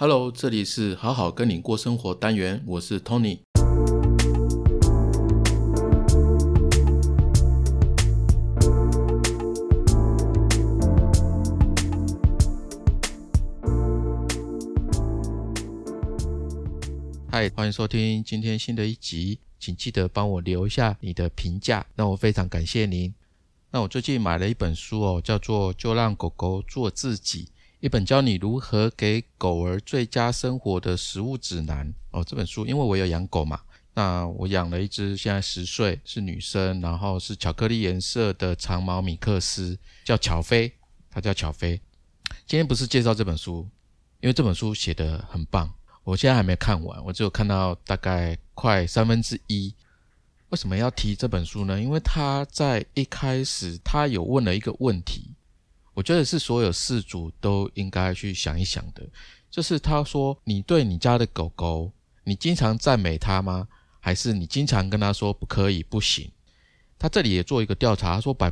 Hello， 这里是好好跟你过生活单元，我是 Tony。嗨，欢迎收听今天新的一集，请记得帮我留下你的评价，那我非常感谢您。那我最近买了一本书叫做《就让狗狗做自己》，一本教你如何给狗儿最佳生活的食物指南。这本书因为我有养狗嘛，那我养了一只现在10岁，是女生，然后是巧克力颜色的长毛米克斯，叫巧菲，它叫巧菲。今天不是介绍这本书，因为这本书写得很棒，我现在还没看完，我只有看到大概快1/3。为什么要提这本书呢？因为他在一开始他有问了一个问题，我觉得是所有饲主都应该去想一想的，就是他说，你对你家的狗狗，你经常赞美它吗？还是你经常跟它说不可以不行？他这里也做一个调查，他说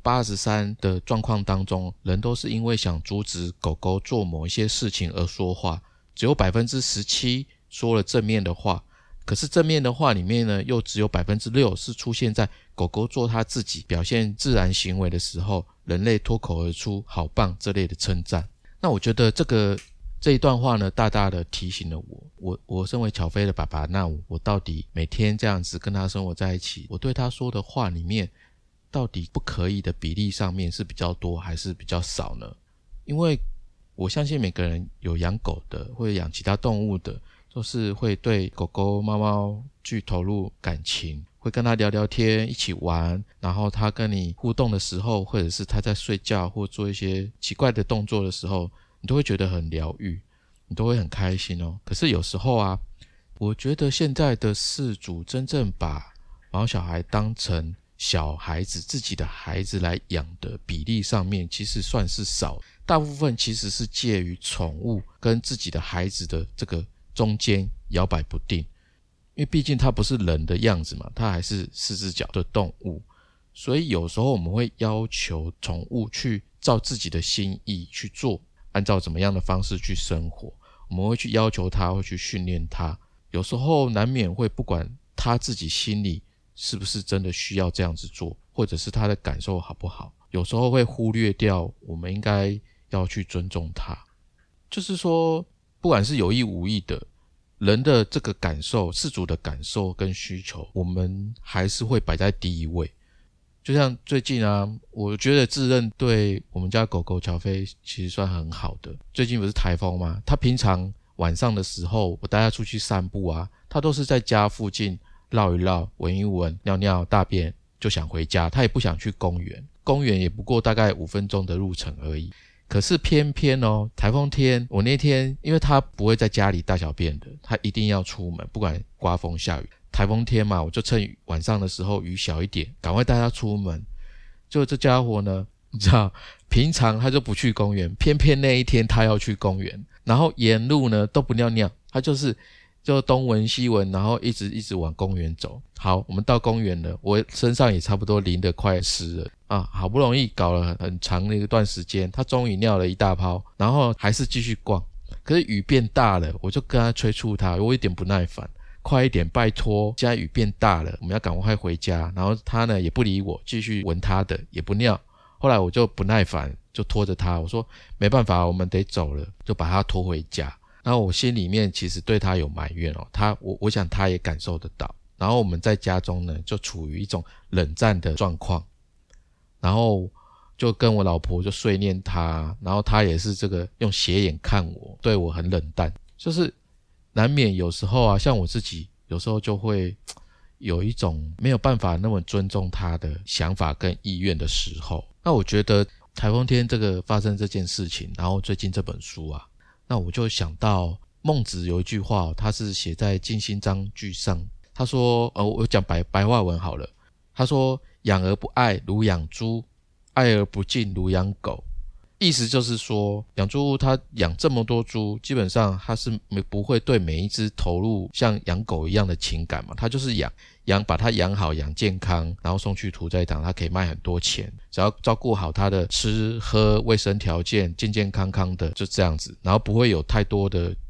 83% 的状况当中，人都是因为想阻止狗狗做某一些事情而说话，只有 17% 说了正面的话，可是正面的话里面呢，又只有 6% 是出现在狗狗做它自己表现自然行为的时候，人类脱口而出好棒这类的称赞。那我觉得这一段话呢，大大的提醒了我身为巧菲的爸爸，那我到底每天这样子跟他生活在一起，我对他说的话里面，到底不可以的比例上面是比较多还是比较少呢？因为我相信每个人有养狗的，或者养其他动物的，都是会对狗狗猫猫去投入感情，会跟它聊聊天，一起玩，然后它跟你互动的时候，或者是它在睡觉或做一些奇怪的动作的时候，你都会觉得很疗愈，你都会很开心哦。可是有时候我觉得现在的饲主真正把毛小孩当成小孩子，自己的孩子来养的比例上面，其实算是少，大部分其实是介于宠物跟自己的孩子的这个中间摇摆不定，因为毕竟它不是人的样子嘛，它还是4只脚的动物，所以有时候我们会要求宠物去照自己的心意去做，按照怎么样的方式去生活，我们会去要求它，会去训练它，有时候难免会不管它自己心里是不是真的需要这样子做，或者是它的感受好不好，有时候会忽略掉我们应该要去尊重它。就是说不管是有意无意的，人的这个感受，饲主的感受跟需求，我们还是会摆在第一位。就像最近我觉得自认对我们家狗狗乔菲其实算很好的。最近不是台风吗？它平常晚上的时候我带它出去散步它都是在家附近绕一绕，闻一闻，尿尿大便就想回家，它也不想去公园，公园也不过大概5分钟的路程而已。可是偏偏台风天，我那天因为他不会在家里大小便的，他一定要出门，不管刮风下雨。台风天嘛，我就趁晚上的时候雨小一点，赶快带他出门。就这家伙呢，你知道，平常他就不去公园，偏偏那一天他要去公园，然后沿路呢都不尿尿，他就东闻西闻，然后一直往公园走。好，我们到公园了，我身上也差不多淋得快湿了好不容易搞了很长的一段时间，他终于尿了一大泡，然后还是继续逛。可是雨变大了，我就跟他催促他，我有点不耐烦，快一点拜托，现在雨变大了，我们要赶快回家。然后他呢也不理我，继续闻他的，也不尿。后来我就不耐烦，就拖着他，我说没办法，我们得走了，就把他拖回家。然后我心里面其实对他有埋怨我想他也感受得到。然后我们在家中呢就处于一种冷战的状况，然后就跟我老婆就碎念他，然后他也是这个用斜眼看我，对我很冷淡。就是难免有时候像我自己有时候就会有一种没有办法那么尊重他的想法跟意愿的时候。那我觉得台风天这个发生这件事情，然后最近这本书那我就想到孟子有一句话他是写在尽心章句上，他说我讲白话文好了，他说养而不爱如养猪，爱而不敬如养狗。意思就是说，养猪户他养这么多猪，基本上他是不会对每一只投入像养狗一样的情感嘛，他就是把它养好，养健康，然后送去屠宰场，他可以卖很多钱，只要照顾好他的吃喝卫生条件，健健康康的，就这样子，然后不会有太多的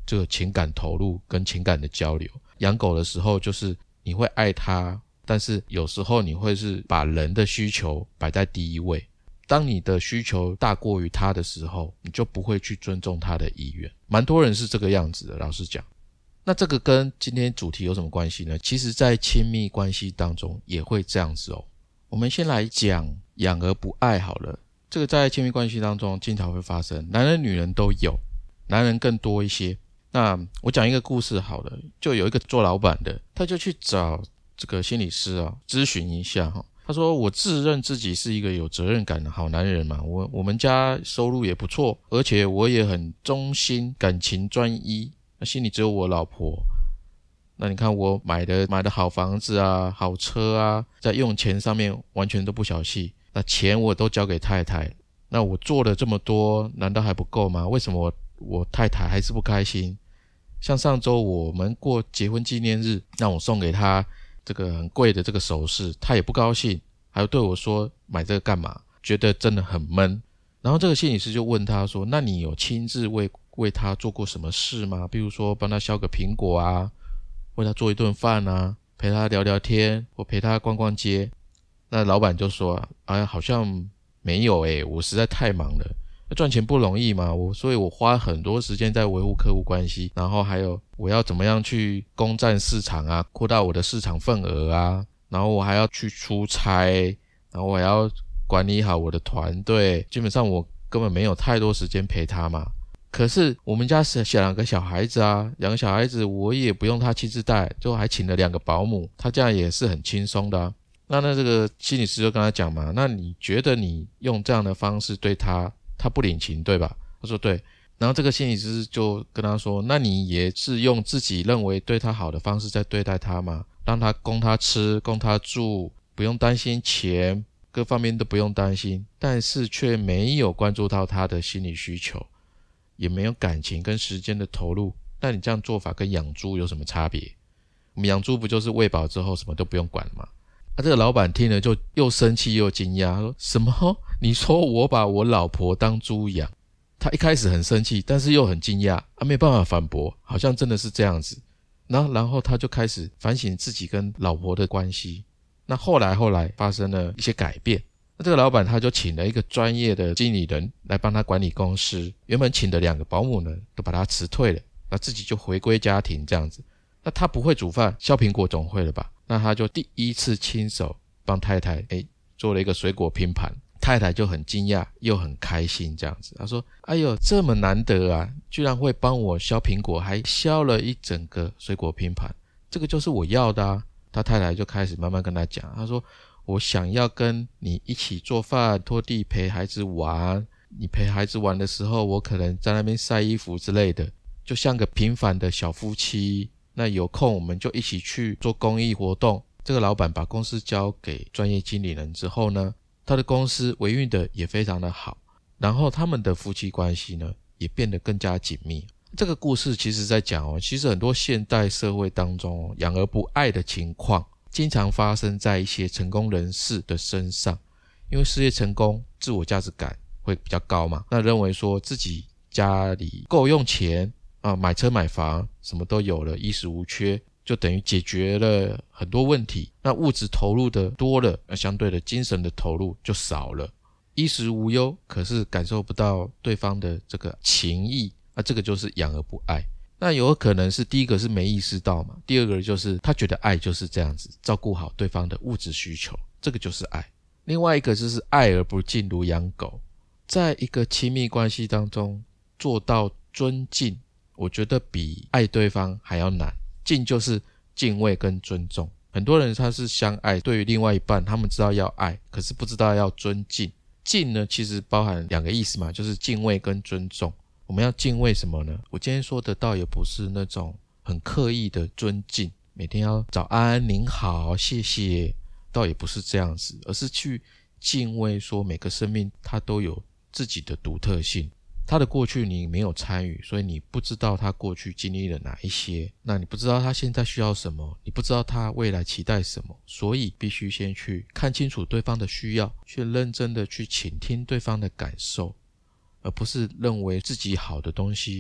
这个情感投入跟情感的交流。养狗的时候就是你会爱它，但是有时候你会是把人的需求摆在第一位，当你的需求大过于它的时候，你就不会去尊重它的意愿。蛮多人是这个样子的，老实讲。那这个跟今天主题有什么关系呢？其实在亲密关系当中也会这样子哦。我们先来讲养而不爱好了。这个在亲密关系当中经常会发生，男人女人都有，男人更多一些。那我讲一个故事好了，就有一个做老板的，他就去找这个心理师咨询一下他说我自认自己是一个有责任感的好男人嘛，我们家收入也不错，而且我也很忠心，感情专一，那心里只有我老婆。那你看我买的好房子啊，好车啊，在用钱上面完全都不小气，那钱我都交给太太。那我做了这么多，难道还不够吗？为什么我太太还是不开心？像上周我们过结婚纪念日，让我送给她这个很贵的这个首饰，她也不高兴，还有对我说买这个干嘛，觉得真的很闷。然后这个心理师就问他说，那你有亲自为他做过什么事吗？比如说帮他削个苹果啊，为他做一顿饭啊，陪他聊聊天，或陪他逛逛街。那老板就说好像没有我实在太忙了，赚钱不容易嘛，所以我花很多时间在维护客户关系，然后还有我要怎么样去攻占市场啊，扩大我的市场份额啊，然后我还要去出差，然后我还要管理好我的团队，基本上我根本没有太多时间陪他嘛。可是我们家是两个小孩子啊，两个小孩子我也不用他亲自带，就还请了2个保姆，他这样也是很轻松的啊。那这个心理师就跟他讲嘛，那你觉得你用这样的方式对他不领情对吧？他说对。然后这个心理师就跟他说，那你也是用自己认为对他好的方式在对待他吗？让他供他吃供他住，不用担心钱，各方面都不用担心，但是却没有关注到他的心理需求，也没有感情跟时间的投入。那你这样做法跟养猪有什么差别？我们养猪不就是喂饱之后什么都不用管了吗？这个老板听了就又生气又惊讶，说什么？你说我把我老婆当猪养？他一开始很生气，但是又很惊讶没办法反驳，好像真的是这样子。然后他就开始反省自己跟老婆的关系。那后来发生了一些改变，那这个老板他就请了一个专业的经理人来帮他管理公司，原本请的2个保姆呢都把他辞退了，那自己就回归家庭这样子。那他不会煮饭，削苹果总会了吧？那他就第一次亲手帮太太做了一个水果拼盘，太太就很惊讶又很开心这样子。他说哎呦这么难得啊，居然会帮我削苹果，还削了一整个水果拼盘，这个就是我要的啊。他太太就开始慢慢跟他讲，他说我想要跟你一起做饭拖地陪孩子玩，你陪孩子玩的时候我可能在那边晒衣服之类的，就像个平凡的小夫妻。那有空我们就一起去做公益活动。这个老板把公司交给专业经理人之后呢，他的公司维运的也非常的好，然后他们的夫妻关系呢也变得更加紧密。这个故事其实在讲其实很多现代社会当中养而不爱的情况经常发生在一些成功人士的身上。因为事业成功，自我价值感会比较高嘛，那认为说自己家里够用钱买车买房什么都有了，衣食无缺，就等于解决了很多问题。那物质投入的多了，那相对的精神的投入就少了。衣食无忧，可是感受不到对方的这个情谊，这个就是养而不爱。那有可能是第一个是没意识到嘛，第二个就是他觉得爱就是这样子，照顾好对方的物质需求，这个就是爱。另外一个就是爱而不敬如养狗。在一个亲密关系当中做到尊敬，我觉得比爱对方还要难。敬就是敬畏跟尊重，很多人他是相爱，对于另外一半他们知道要爱，可是不知道要尊敬。敬呢其实包含2个意思嘛，就是敬畏跟尊重。我们要敬畏什么呢？我今天说的倒也不是那种很刻意的尊敬，每天要早安您好谢谢，倒也不是这样子，而是去敬畏说每个生命它都有自己的独特性。他的过去你没有参与，所以你不知道他过去经历了哪一些，那你不知道他现在需要什么，你不知道他未来期待什么，所以必须先去看清楚对方的需要，去认真的去倾听对方的感受，而不是认为自己好的东西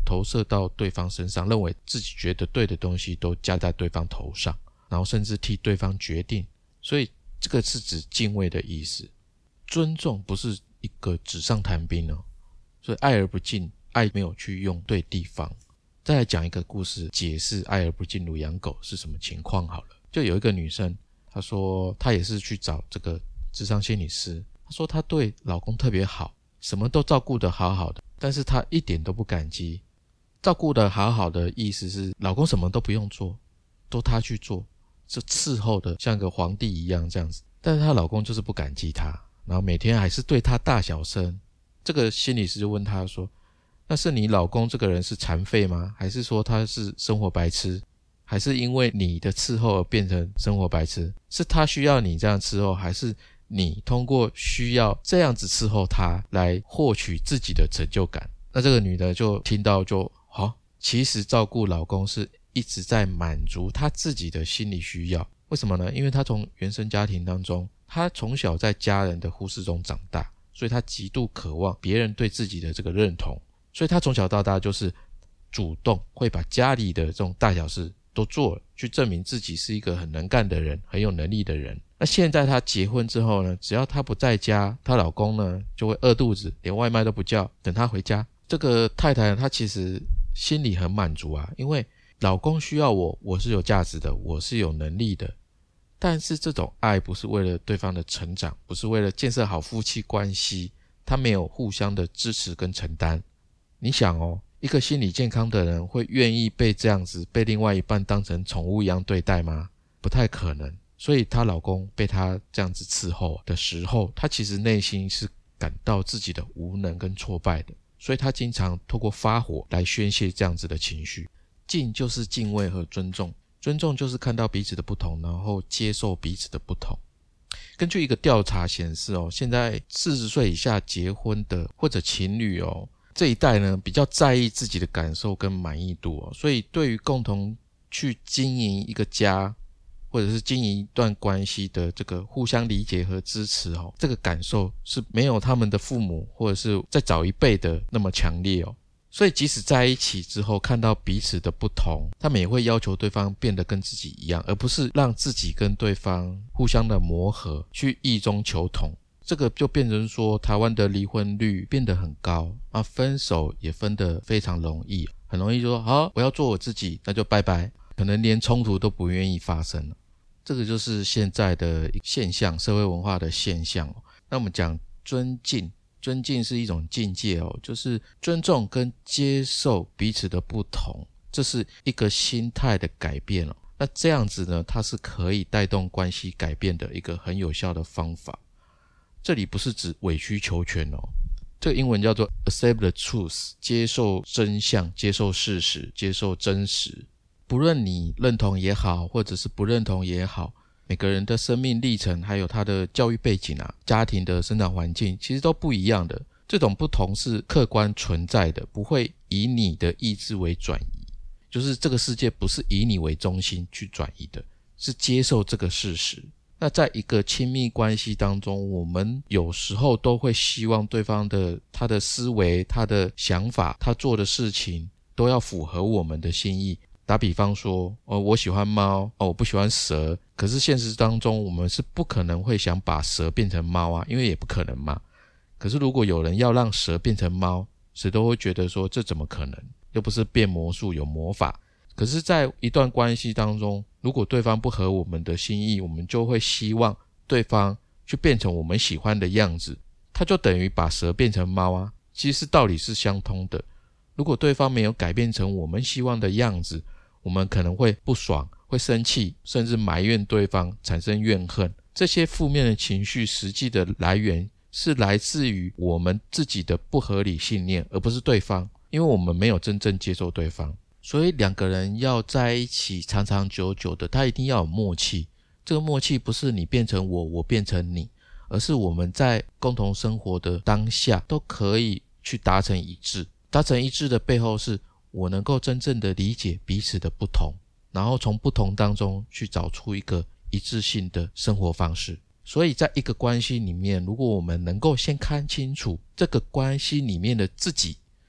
投射到对方身上，认为自己觉得对的东西都加在对方头上，然后甚至替对方决定。所以这个是指敬畏的意思。尊重不是一个纸上谈兵哦，所以爱而不敬，爱没有去用对地方。再来讲一个故事，解释爱而不敬如养狗是什么情况好了。就有一个女生，她说她也是去找这个諮商心理师，她说她对老公特别好，什么都照顾得好好的，但是她一点都不感激。照顾得好好的意思是老公什么都不用做，都她去做，就伺候的像个皇帝一样这样子，但是她老公就是不感激她，然后每天还是对她大小声。这个心理师就问她说，那是你老公这个人是残废吗？还是说他是生活白痴？还是因为你的伺候而变成生活白痴？是他需要你这样伺候，还是你通过需要这样子伺候他来获取自己的成就感？那这个女的就听到就其实照顾老公是一直在满足她自己的心理需要。为什么呢？因为她从原生家庭当中，她从小在家人的忽视中长大，所以她极度渴望别人对自己的这个认同，所以她从小到大就是主动会把家里的这种大小事都做了，去证明自己是一个很能干的人，很有能力的人。那现在她结婚之后呢，只要她不在家，她老公呢就会饿肚子，连外卖都不叫，等她回家。这个太太呢，她其实心里很满足啊，因为老公需要我，我是有价值的，我是有能力的。但是这种爱不是为了对方的成长，不是为了建设好夫妻关系，他没有互相的支持跟承担。你想一个心理健康的人会愿意被这样子被另外一半当成宠物一样对待吗？不太可能。所以她老公被她这样子伺候的时候，她其实内心是感到自己的无能跟挫败的，所以她经常透过发火来宣泄这样子的情绪。敬就是敬畏和尊重，尊重就是看到彼此的不同，然后接受彼此的不同。根据一个调查显示现在40岁以下结婚的或者情侣这一代呢比较在意自己的感受跟满意度所以对于共同去经营一个家或者是经营一段关系的这个互相理解和支持这个感受是没有他们的父母或者是再早一辈的那么强烈所以即使在一起之后看到彼此的不同，他们也会要求对方变得跟自己一样，而不是让自己跟对方互相的磨合，去异中求同。这个就变成说台湾的离婚率变得很高分手也分得非常容易，很容易说好我要做我自己，那就拜拜，可能连冲突都不愿意发生了。这个就是现在的现象，社会文化的现象那我们讲尊敬，尊敬是一种境界就是尊重跟接受彼此的不同，这是一个心态的改变那这样子呢，它是可以带动关系改变的一个很有效的方法。这里不是指委曲求全这个英文叫做 accept the truth， 接受真相，接受事实，接受真实。不论你认同也好，或者是不认同也好，每个人的生命历程还有他的教育背景家庭的生长环境其实都不一样的，这种不同是客观存在的，不会以你的意志为转移，就是这个世界不是以你为中心去转移的，是接受这个事实。那在一个亲密关系当中，我们有时候都会希望对方的他的思维，他的想法，他做的事情都要符合我们的心意。打比方说我喜欢猫我不喜欢蛇，可是现实当中我们是不可能会想把蛇变成猫因为也不可能嘛。可是如果有人要让蛇变成猫，谁都会觉得说这怎么可能，又不是变魔术有魔法。可是在一段关系当中，如果对方不合我们的心意，我们就会希望对方去变成我们喜欢的样子，它就等于把蛇变成猫其实道理是相通的。如果对方没有改变成我们希望的样子，我们可能会不爽，会生气，甚至埋怨对方，产生怨恨。这些负面的情绪实际的来源是来自于我们自己的不合理信念，而不是对方，因为我们没有真正接受对方。所以两个人要在一起长长久久的，他一定要有默契。这个默契不是你变成我，我变成你，而是我们在共同生活的当下都可以去达成一致。达成一致的背后是我能够真正的理解彼此的不同，然后从不同当中去找出一个一致性的生活方式。所以在一个关系里面，如果我们能够先看清楚这个关系里面的自己，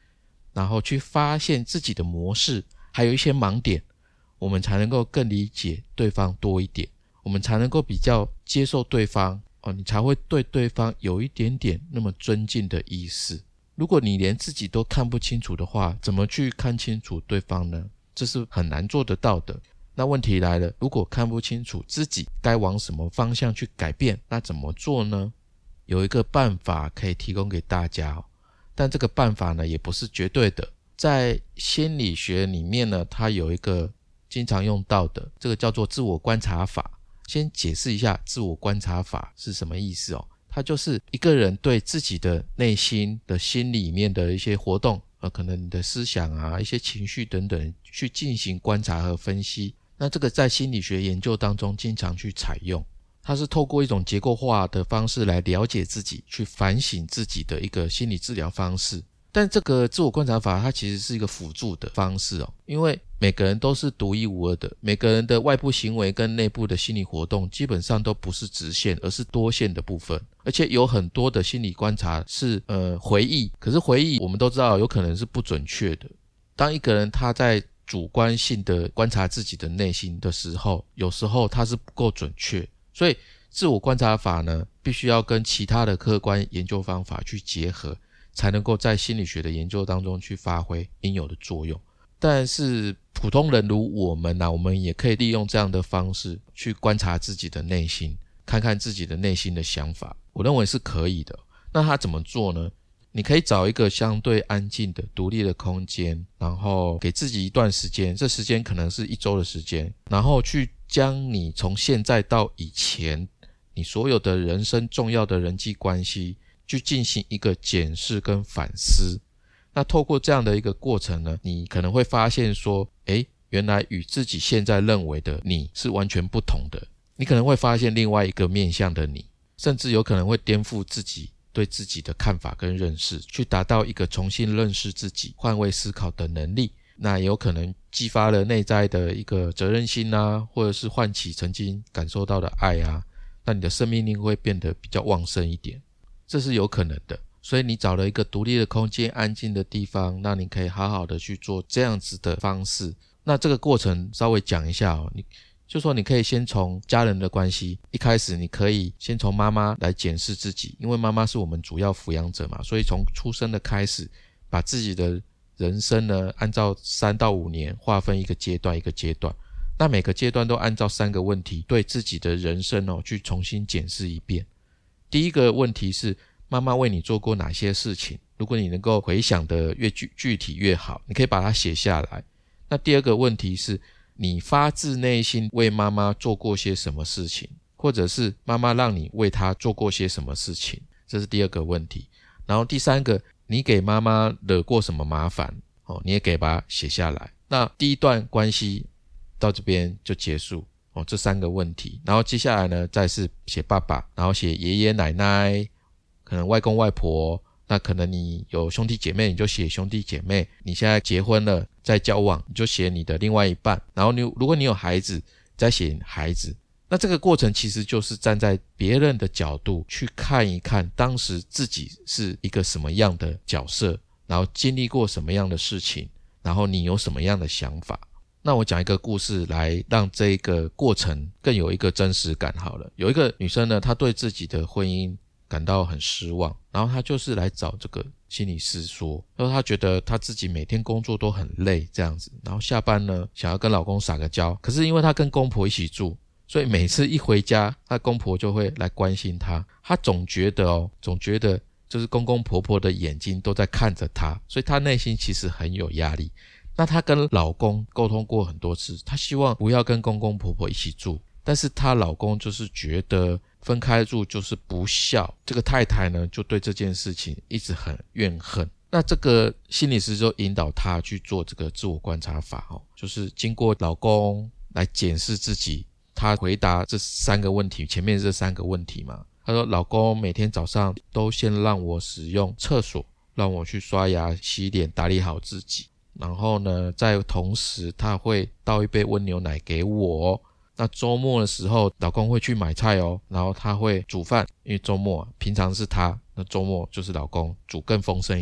然后去发现自己的模式，还有一些盲点，我们才能够更理解对方多一点，我们才能够比较接受对方你才会对对方有一点点那么尊敬的意思。如果你连自己都看不清楚的话，怎么去看清楚对方呢？这是很难做得到的。那问题来了，如果看不清楚自己该往什么方向去改变，那怎么做呢？有一个办法可以提供给大家但这个办法呢也不是绝对的。在心理学里面呢，它有一个经常用到的，这个叫做自我观察法。先解释一下自我观察法是什么意思它就是一个人对自己的内心的心里面的一些活动可能你的思想一些情绪等等去进行观察和分析。那这个在心理学研究当中经常去采用，它是透过一种结构化的方式来了解自己，去反省自己的一个心理治疗方式。但这个自我观察法它其实是一个辅助的方式因为每个人都是独一无二的，每个人的外部行为跟内部的心理活动基本上都不是直线，而是多线的部分。而且有很多的心理观察是回忆，可是回忆我们都知道有可能是不准确的。当一个人他在主观性的观察自己的内心的时候，有时候他是不够准确，所以自我观察法呢必须要跟其他的客观研究方法去结合，才能够在心理学的研究当中去发挥应有的作用。但是普通人如我们我们也可以利用这样的方式去观察自己的内心，看看自己的内心的想法，我认为是可以的。那他怎么做呢？你可以找一个相对安静的独立的空间，然后给自己一段时间，这时间可能是1周的时间，然后去将你从现在到以前你所有的人生重要的人际关系去进行一个检视跟反思。那透过这样的一个过程呢，你可能会发现说原来与自己现在认为的你是完全不同的。你可能会发现另外一个面向的你，甚至有可能会颠覆自己对自己的看法跟认识，去达到一个重新认识自己、换位思考的能力。那也有可能激发了内在的一个责任心或者是唤起曾经感受到的爱那你的生命力会变得比较旺盛一点，这是有可能的。所以你找了一个独立的空间，安静的地方，那你可以好好的去做这样子的方式。那这个过程稍微讲一下就说你可以先从家人的关系，一开始你可以先从妈妈来检视自己，因为妈妈是我们主要抚养者嘛，所以从出生的开始，把自己的人生呢按照3到5年划分一个阶段一个阶段，那每个阶段都按照3个问题对自己的人生去重新检视一遍。第一个问题是妈妈为你做过哪些事情，如果你能够回想的越具体越好，你可以把它写下来。那第二个问题是你发自内心为妈妈做过些什么事情，或者是妈妈让你为她做过些什么事情，这是第二个问题。然后第三个，你给妈妈惹过什么麻烦你也给把它写下来。那第一段关系到这边就结束这3个问题。然后接下来呢再是写爸爸，然后写爷爷奶奶，可能外公外婆，那可能你有兄弟姐妹你就写兄弟姐妹，你现在结婚了在交往你就写你的另外一半，然后如果你有孩子再写孩子。那这个过程其实就是站在别人的角度去看一看当时自己是一个什么样的角色，然后经历过什么样的事情，然后你有什么样的想法。那我讲一个故事来让这个过程更有一个真实感好了。有一个女生呢，她对自己的婚姻感到很失望，然后她就是来找这个心理师说，然后她觉得她自己每天工作都很累这样子，然后下班呢想要跟老公撒个娇，可是因为她跟公婆一起住，所以每次一回家她公婆就会来关心她，她总觉得就是公公婆婆的眼睛都在看着她，所以她内心其实很有压力。那她跟老公沟通过很多次，她希望不要跟公公婆婆一起住，但是她老公就是觉得分开住就是不孝，这个太太呢就对这件事情一直很怨恨。那这个心理师就引导她去做这个自我观察法就是经过老公来检视自己，她回答这3个问题，前面这3个问题嘛，她说老公每天早上都先让我使用厕所，让我去刷牙洗脸打理好自己，然后呢在同时他会倒一杯温牛奶给我那周末的时候老公会去买菜然后他会煮饭，因为周末平常是他，那周末就是老公煮更丰盛一点。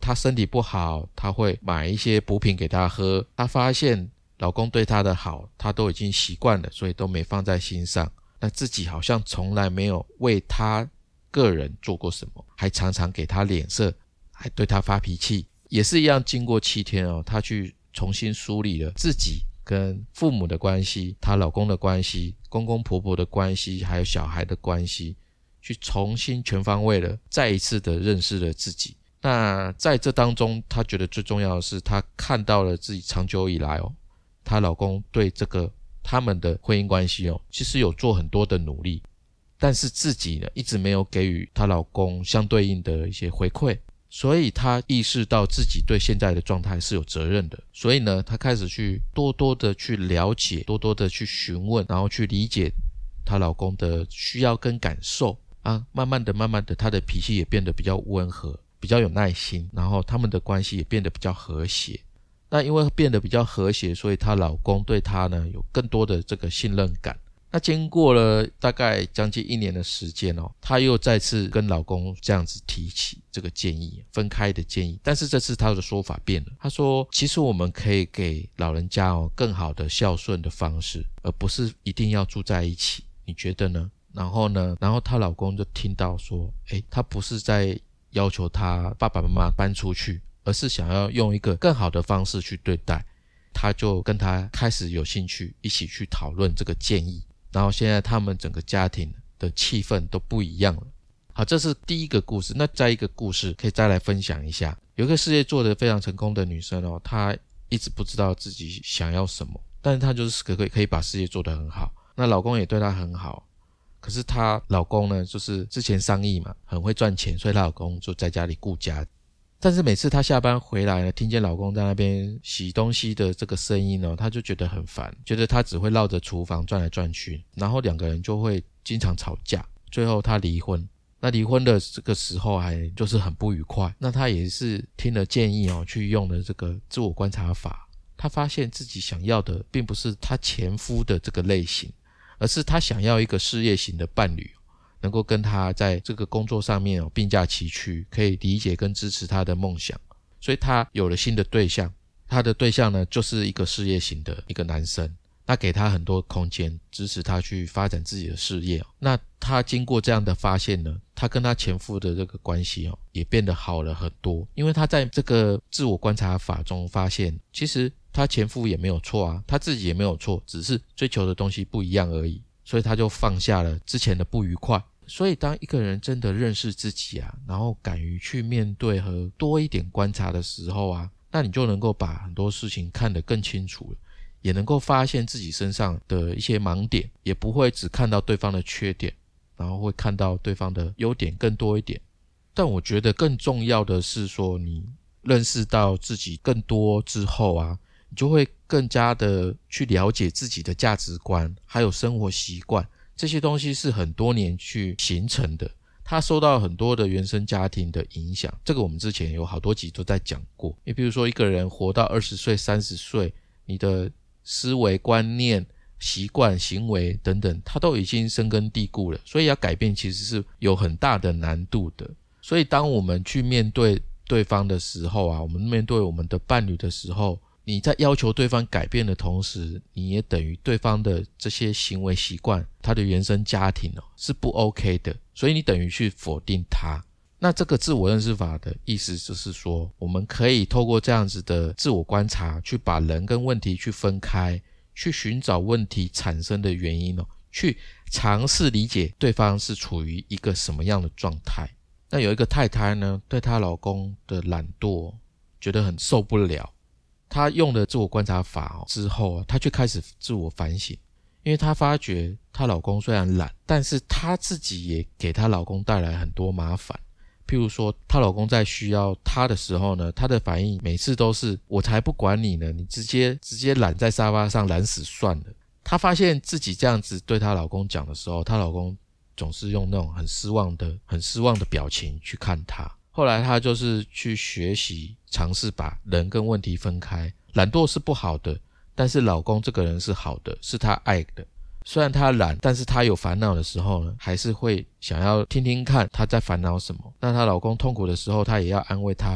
她身体不好，她会买一些补品给她喝。她发现老公对她的好，她都已经习惯了，所以都没放在心上。那自己好像从来没有为她个人做过什么，还常常给她脸色，还对她发脾气。也是一样，经过7天她去重新梳理了自己跟父母的关系，她老公的关系，公公婆婆的关系，还有小孩的关系，去重新全方位的再一次的认识了自己。那在这当中，她觉得最重要的是，她看到了自己长久以来她老公对这个他们的婚姻关系其实有做很多的努力，但是自己呢一直没有给予她老公相对应的一些回馈，所以她意识到自己对现在的状态是有责任的。所以呢，她开始去多多的去了解，多多的去询问，然后去理解她老公的需要跟感受慢慢的她的脾气也变得比较温和，比较有耐心，然后他们的关系也变得比较和谐。那因为变得比较和谐，所以她老公对她呢有更多的这个信任感。那经过了大概将近1年的时间她又再次跟老公这样子提起这个建议，分开的建议。但是这次她的说法变了，她说其实我们可以给老人家更好的孝顺的方式，而不是一定要住在一起，你觉得呢？然后她老公就听到说她不是在要求她爸爸妈妈搬出去，而是想要用一个更好的方式去对待。他就跟她开始有兴趣一起去讨论这个建议，然后现在他们整个家庭的气氛都不一样了。好，这是第一个故事。那再一个故事可以再来分享一下，有一个事业做得非常成功的女生她一直不知道自己想要什么，但是她就是可以把事业做得很好，那老公也对她很好。可是她老公呢，就是之前商议嘛，很会赚钱，所以她老公就在家里顾家。但是每次她下班回来呢，听见老公在那边洗东西的这个声音她就觉得很烦，觉得他只会绕着厨房转来转去，然后2个人就会经常吵架，最后她离婚。那离婚的这个时候还就是很不愉快，那她也是听了建议去用了这个自我观察法。她发现自己想要的并不是她前夫的这个类型，而是她想要一个事业型的伴侣，能够跟他在这个工作上面并驾齐驱，可以理解跟支持他的梦想。所以他有了新的对象，他的对象呢就是一个事业型的一个男生，那给他很多空间，支持他去发展自己的事业。那他经过这样的发现呢，他跟他前夫的这个关系也变得好了很多。因为他在这个自我观察法中发现，其实他前夫也没有错他自己也没有错，只是追求的东西不一样而已。所以他就放下了之前的不愉快。所以当一个人真的认识自己然后敢于去面对和多一点观察的时候那你就能够把很多事情看得更清楚了，也能够发现自己身上的一些盲点，也不会只看到对方的缺点，然后会看到对方的优点更多一点。但我觉得更重要的是说，你认识到自己更多之后你就会更加的去了解自己的价值观还有生活习惯，这些东西是很多年去形成的，它受到很多的原生家庭的影响。这个我们之前有好多集都在讲过。你比如说一个人活到20岁30岁，你的思维观念习惯行为等等，它都已经深根蒂固了，所以要改变其实是有很大的难度的。所以当我们去面对对方的时候我们面对我们的伴侣的时候，你在要求对方改变的同时，你也等于对方的这些行为习惯，他的原生家庭是不 OK 的，所以你等于去否定他。那这个自我认识法的意思就是说，我们可以透过这样子的自我观察，去把人跟问题去分开，去寻找问题产生的原因去尝试理解对方是处于一个什么样的状态。那有一个太太呢，对她老公的懒惰觉得很受不了，她用了自我观察法之后她却开始自我反省。因为她发觉她老公虽然懒，但是她自己也给她老公带来很多麻烦。譬如说她老公在需要她的时候呢，她的反应每次都是我才不管你呢，你直接懒在沙发上懒死算了。她发现自己这样子对她老公讲的时候，她老公总是用那种很失望的表情去看她。后来她就是去学习尝试把人跟问题分开。懒惰是不好的，但是老公这个人是好的，是她爱的。虽然她懒，但是她有烦恼的时候呢，还是会想要听听看她在烦恼什么。那她老公痛苦的时候，她也要安慰她，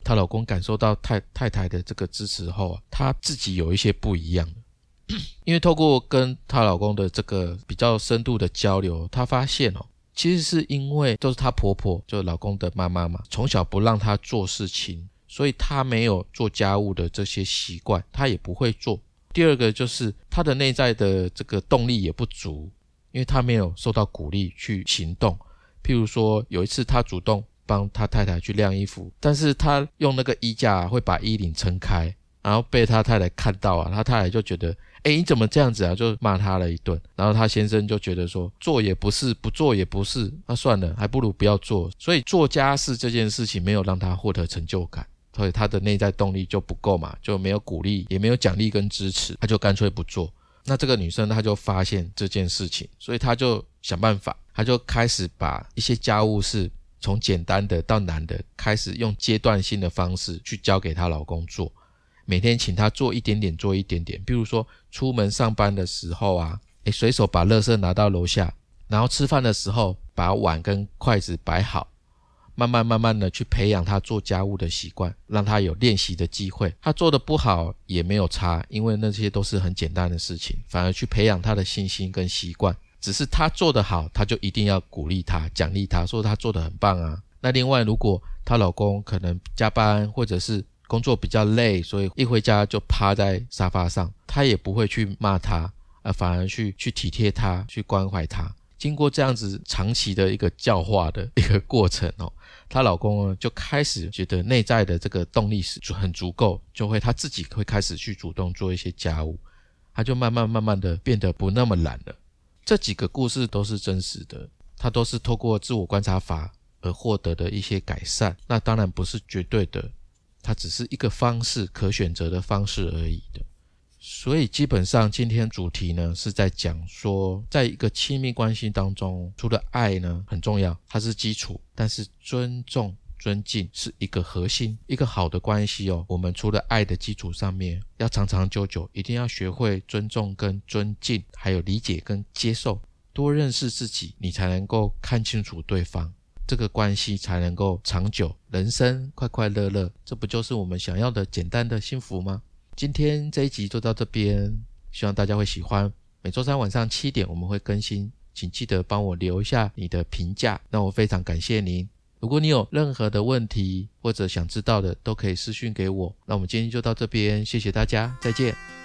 她老公感受到太太的这个支持后她自己有一些不一样的。因为透过跟她老公的这个比较深度的交流，她发现其实是因为都是她婆婆，就老公的妈妈嘛，从小不让她做事情，所以她没有做家务的这些习惯，她也不会做。第二个就是她的内在的这个动力也不足，因为她没有受到鼓励去行动。譬如说有一次她主动帮她太太去晾衣服，但是她用那个衣架会把衣领撑开，然后被她太太看到她太太就觉得你怎么这样子就骂她了一顿。然后她先生就觉得说做也不是，不做也不是，那算了，还不如不要做。所以做家事这件事情没有让她获得成就感，所以她的内在动力就不够嘛，就没有鼓励，也没有奖励跟支持，她就干脆不做。那这个女生她就发现这件事情，所以她就想办法，她就开始把一些家务事从简单的到难的开始用阶段性的方式去交给她老公做，每天请他做一点点做一点点。比如说出门上班的时候随手把垃圾拿到楼下，然后吃饭的时候把碗跟筷子摆好，慢慢的去培养他做家务的习惯，让他有练习的机会。他做的不好也没有差，因为那些都是很简单的事情，反而去培养他的信心跟习惯。只是他做得好，他就一定要鼓励他，奖励他，说他做得很棒啊。那另外如果她老公可能加班或者是工作比较累，所以一回家就趴在沙发上，她也不会去骂他，反而去体贴他，去关怀他。经过这样子长期的一个教化的一个过程她老公就开始觉得内在的这个动力是很足够，就会他自己会开始去主动做一些家务，他就慢慢的变得不那么懒了。这几个故事都是真实的，他都是透过自我观察法而获得的一些改善。那当然不是绝对的，它只是一个方式，可选择的方式而已的。所以基本上今天主题呢是在讲说，在一个亲密关系当中，除了爱呢很重要，它是基础，但是尊重尊敬是一个核心。一个好的关系我们除了爱的基础上面要长长久久，一定要学会尊重跟尊敬，还有理解跟接受，多认识自己，你才能够看清楚对方，这个关系才能够长久，人生快快乐乐，这不就是我们想要的简单的幸福吗？今天这一集就到这边，希望大家会喜欢。每周三晚上7点我们会更新，请记得帮我留一下你的评价，那我非常感谢您。如果你有任何的问题或者想知道的，都可以私讯给我。那我们今天就到这边，谢谢大家，再见。